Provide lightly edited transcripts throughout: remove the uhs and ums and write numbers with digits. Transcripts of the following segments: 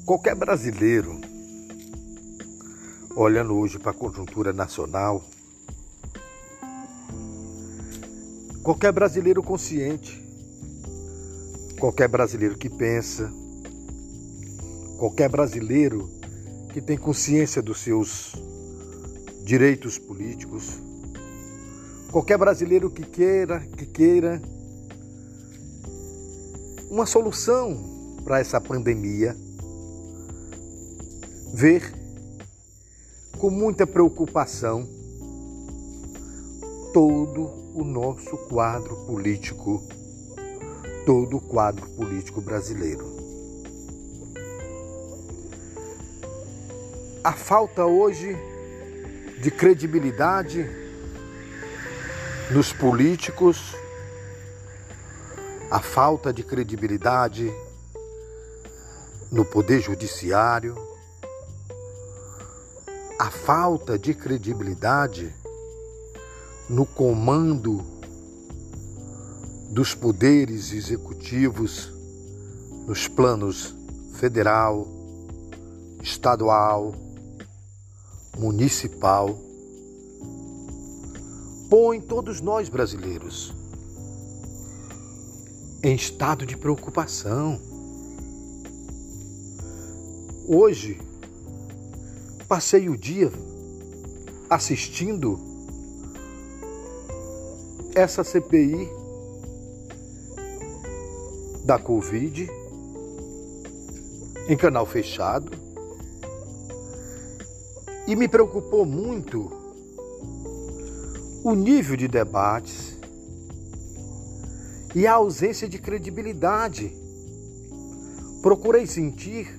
Qualquer brasileiro, olhando hoje para a conjuntura nacional, qualquer brasileiro consciente, qualquer brasileiro que pensa, qualquer brasileiro que tem consciência dos seus direitos políticos, qualquer brasileiro que queira uma solução para essa pandemia, ver com muita preocupação todo o nosso quadro político, todo o quadro político brasileiro. A falta hoje de credibilidade nos políticos, a falta de credibilidade no poder judiciário, a falta de credibilidade no comando dos poderes executivos nos planos federal, estadual, municipal, põe todos nós brasileiros em estado de preocupação. Hoje, passei o dia assistindo essa CPI da Covid em canal fechado e me preocupou muito o nível de debates e a ausência de credibilidade. Procurei sentir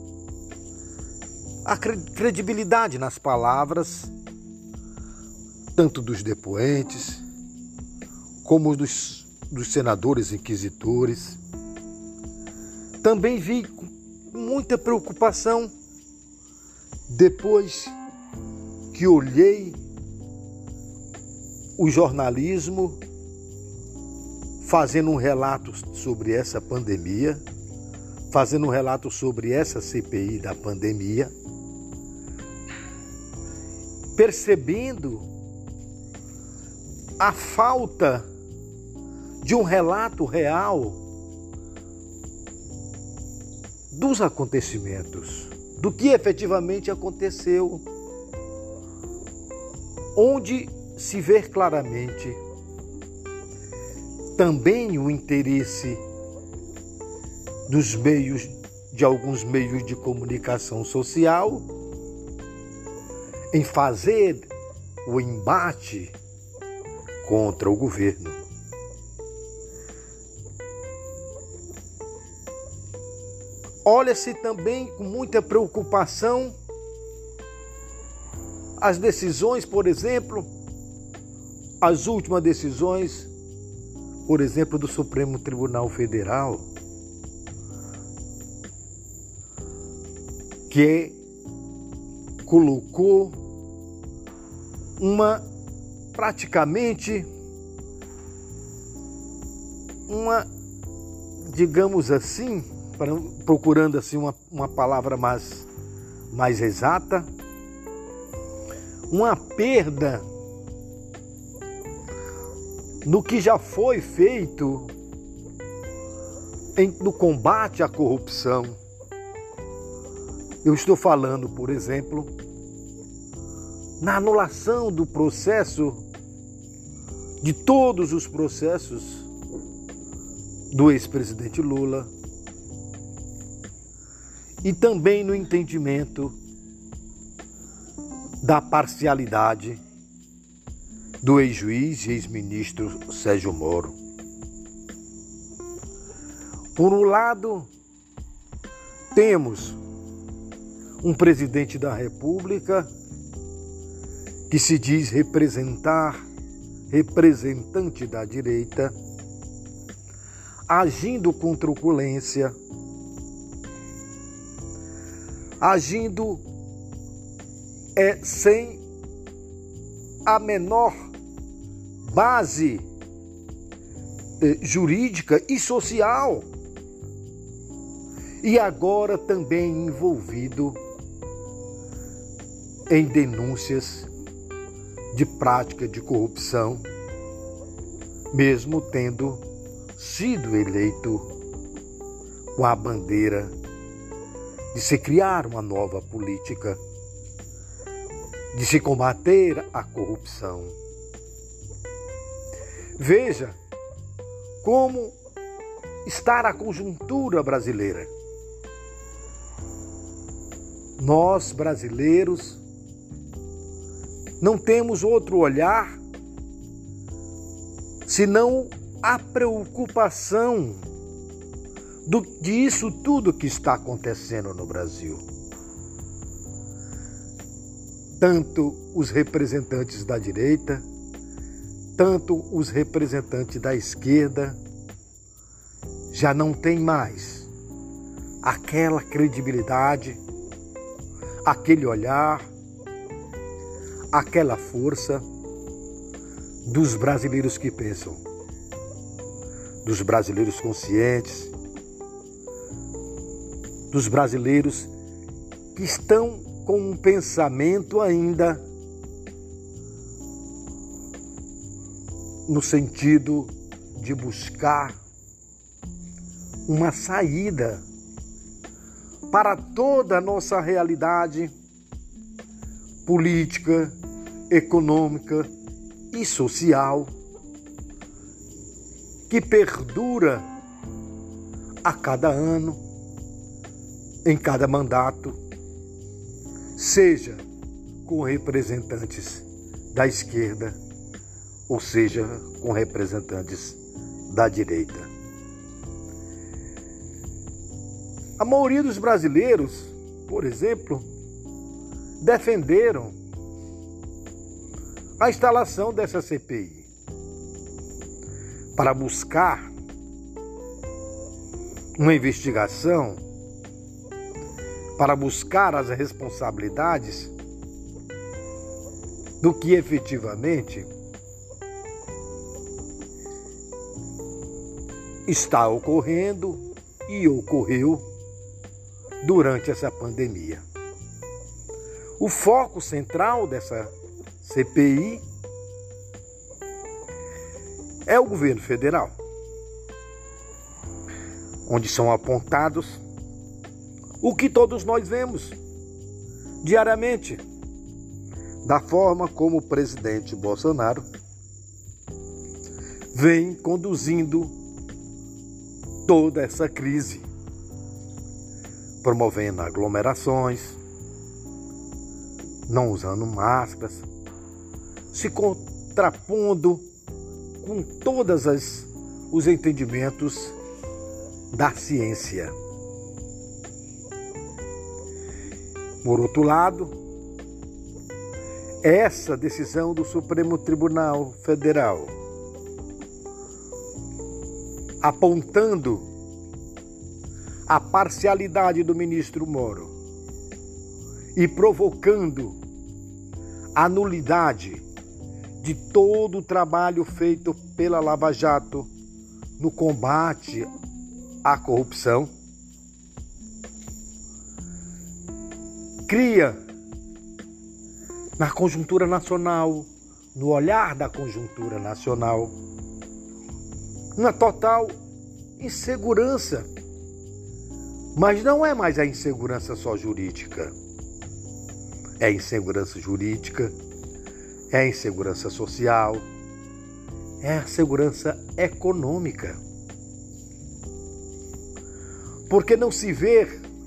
a credibilidade nas palavras, tanto dos depoentes, como dos senadores inquisitores. Também vi com muita preocupação, depois que olhei o jornalismo fazendo um relato sobre essa pandemia, fazendo um relato sobre essa CPI da pandemia, percebendo a falta de um relato real dos acontecimentos, do que efetivamente aconteceu, onde se vê claramente também o interesse de alguns meios de comunicação social em fazer o embate contra o governo. Olha-se também com muita preocupação as decisões, por exemplo, as últimas decisões, por exemplo, do Supremo Tribunal Federal, que colocou praticamente digamos assim, procurando assim uma palavra mais exata, uma perda no que já foi feito no combate à corrupção. Eu estou falando, por exemplo, na anulação do processo, de todos os processos do ex-presidente Lula, e também no entendimento da parcialidade do ex-juiz e ex-ministro Sérgio Moro. Por um lado, temos um presidente da República que se diz representante da direita, agindo com truculência, agindo sem a menor base jurídica e social. e agora também envolvido em denúncias de prática de corrupção, mesmo tendo sido eleito com a bandeira de se criar uma nova política, de se combater a corrupção. Veja como está a conjuntura brasileira. Nós, brasileiros, não temos outro olhar senão a preocupação disso tudo que está acontecendo no Brasil. Tanto os representantes da direita, tanto os representantes da esquerda já não têm mais aquela credibilidade, aquele olhar, aquela força dos brasileiros que pensam, dos brasileiros conscientes, dos brasileiros que estão com um pensamento ainda no sentido de buscar uma saída para toda a nossa realidade política, econômica e social que perdura a cada ano, em cada mandato, seja com representantes da esquerda, ou seja, com representantes da direita. A maioria dos brasileiros, por exemplo, defenderam a instalação dessa CPI para buscar uma investigação, para buscar as responsabilidades do que efetivamente está ocorrendo e ocorreu durante essa pandemia. O foco central dessa CPI é o governo federal, onde são apontados o que todos nós vemos diariamente, da forma como o presidente Bolsonaro vem conduzindo toda essa crise, promovendo aglomerações, não usando máscaras, se contrapondo com todos os entendimentos da ciência. Por outro lado, essa decisão do Supremo Tribunal Federal, apontando a parcialidade do ministro Moro e provocando a nulidade de todo o trabalho feito pela Lava Jato no combate à corrupção, cria na conjuntura nacional, no olhar da conjuntura nacional, uma total insegurança. Mas não é mais a insegurança só jurídica. É insegurança jurídica, é insegurança social, é a segurança econômica. Porque não se vê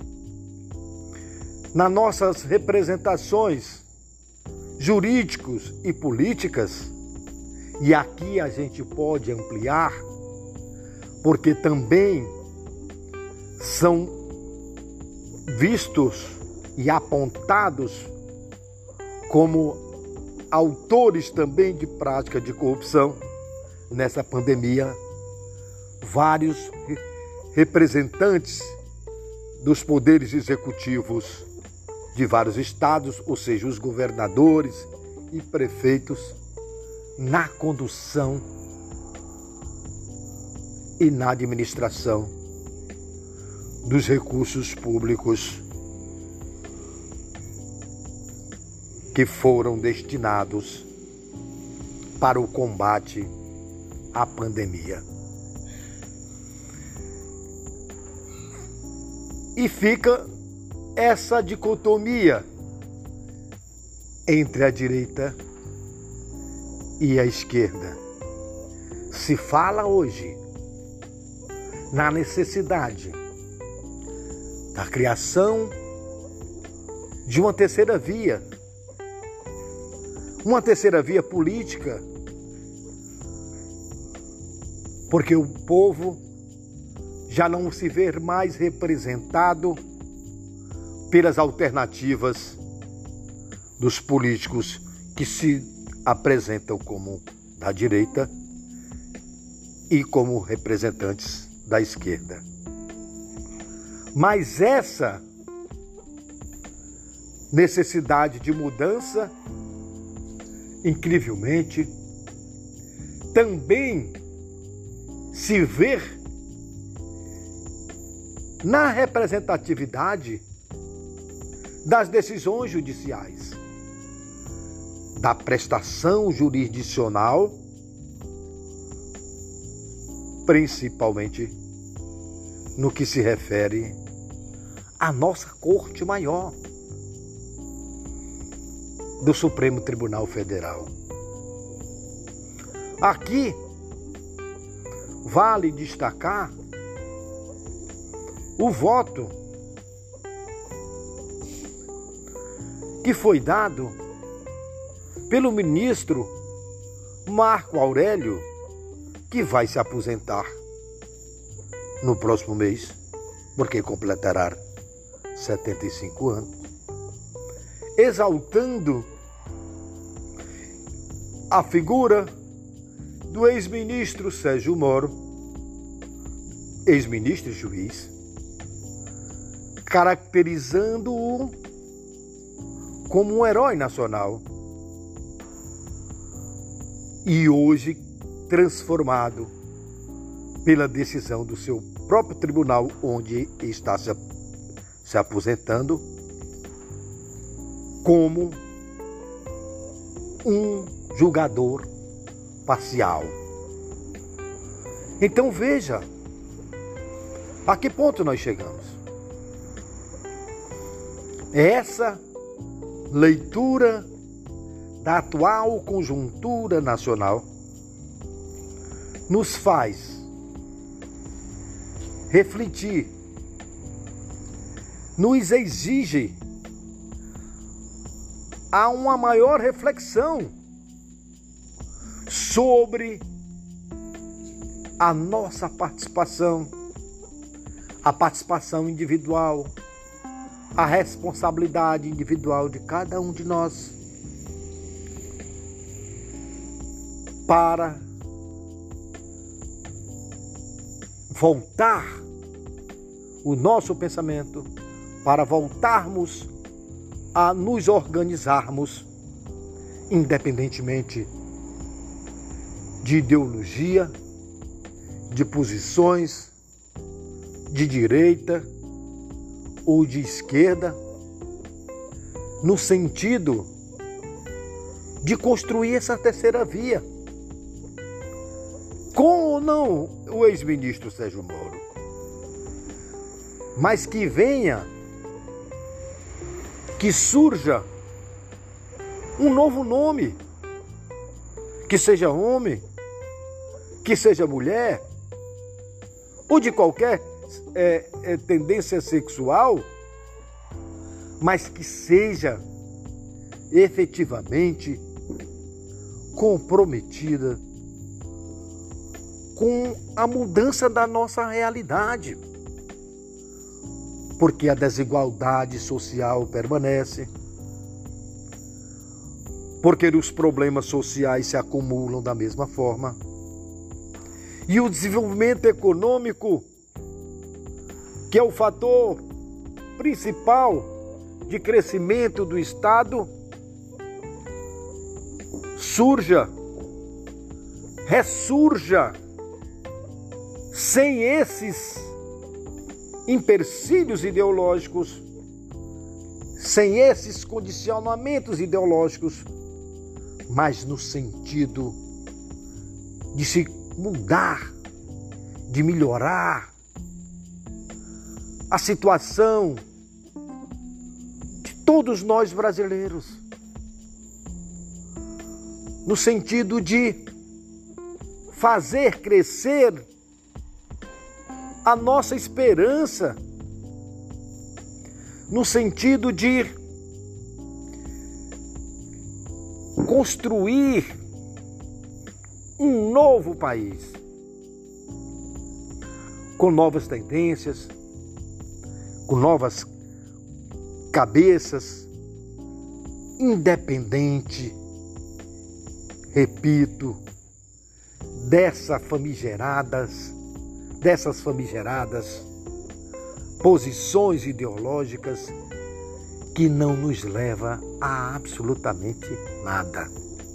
nas nossas representações jurídicos e políticas, e aqui a gente pode ampliar, porque também são vistos e apontados como autores também de prática de corrupção nessa pandemia, vários representantes dos poderes executivos de vários estados, ou seja, os governadores e prefeitos, na condução e na administração dos recursos públicos que foram destinados para o combate à pandemia. E fica essa dicotomia entre a direita e a esquerda. Se fala hoje na necessidade da criação de uma terceira via política, porque o povo já não se vê mais representado pelas alternativas dos políticos que se apresentam como da direita e como representantes da esquerda. Mas essa necessidade de mudança, incrivelmente, também se vê na representatividade das decisões judiciais, da prestação jurisdicional, principalmente no que se refere à nossa Corte Maior do Supremo Tribunal Federal. Aqui vale destacar o voto que foi dado pelo ministro Marco Aurélio, que vai se aposentar no próximo mês, porque completará 75 anos, exaltando a figura do ex-ministro Sérgio Moro, ex-ministro e juiz, caracterizando-o como um herói nacional e hoje transformado pela decisão do seu próprio tribunal, onde está se aposentando, como um julgador parcial. Então veja a que ponto nós chegamos. Essa leitura da atual conjuntura nacional nos faz refletir, nos exige a uma maior reflexão sobre a nossa participação, a participação individual, a responsabilidade individual de cada um de nós para voltar o nosso pensamento, para voltarmos a nos organizarmos, independentemente de ideologia, de posições, de direita ou de esquerda, no sentido de construir essa terceira via, com ou não o ex-ministro Sérgio Moro, mas que venha, que surja um novo nome, que seja homem, que seja mulher, ou de qualquer tendência sexual, mas que seja efetivamente comprometida com a mudança da nossa realidade, porque a desigualdade social permanece, porque os problemas sociais se acumulam da mesma forma, e o desenvolvimento econômico, que é o fator principal de crescimento do Estado, ressurja sem esses empecilhos ideológicos, sem esses condicionamentos ideológicos, mas no sentido de se mudar, de melhorar a situação de todos nós brasileiros, no sentido de fazer crescer a nossa esperança, no sentido de construir um novo país, com novas tendências, com novas cabeças, independente, repito, dessas famigeradas posições ideológicas que não nos leva a absolutamente nada.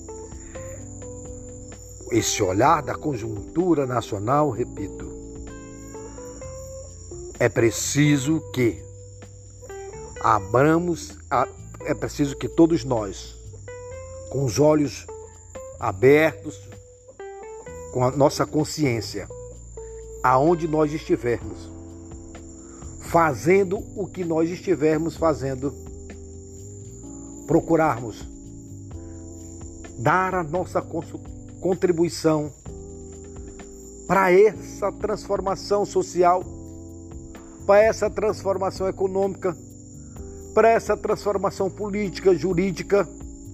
Esse olhar da conjuntura nacional, repito, é preciso que é preciso que todos nós, com os olhos abertos, com a nossa consciência, aonde nós estivermos, fazendo o que nós estivermos fazendo, procurarmos dar a nossa contribuição para essa transformação social, para essa transformação econômica, para essa transformação política, jurídica,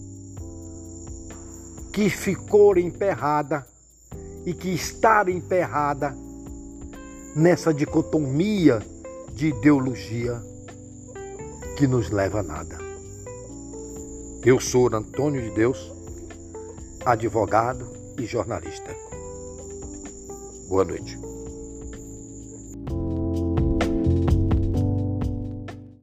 que ficou emperrada e que está emperrada nessa dicotomia de ideologia que nos leva a nada. Eu sou Antônio de Deus, advogado e jornalista. Boa noite.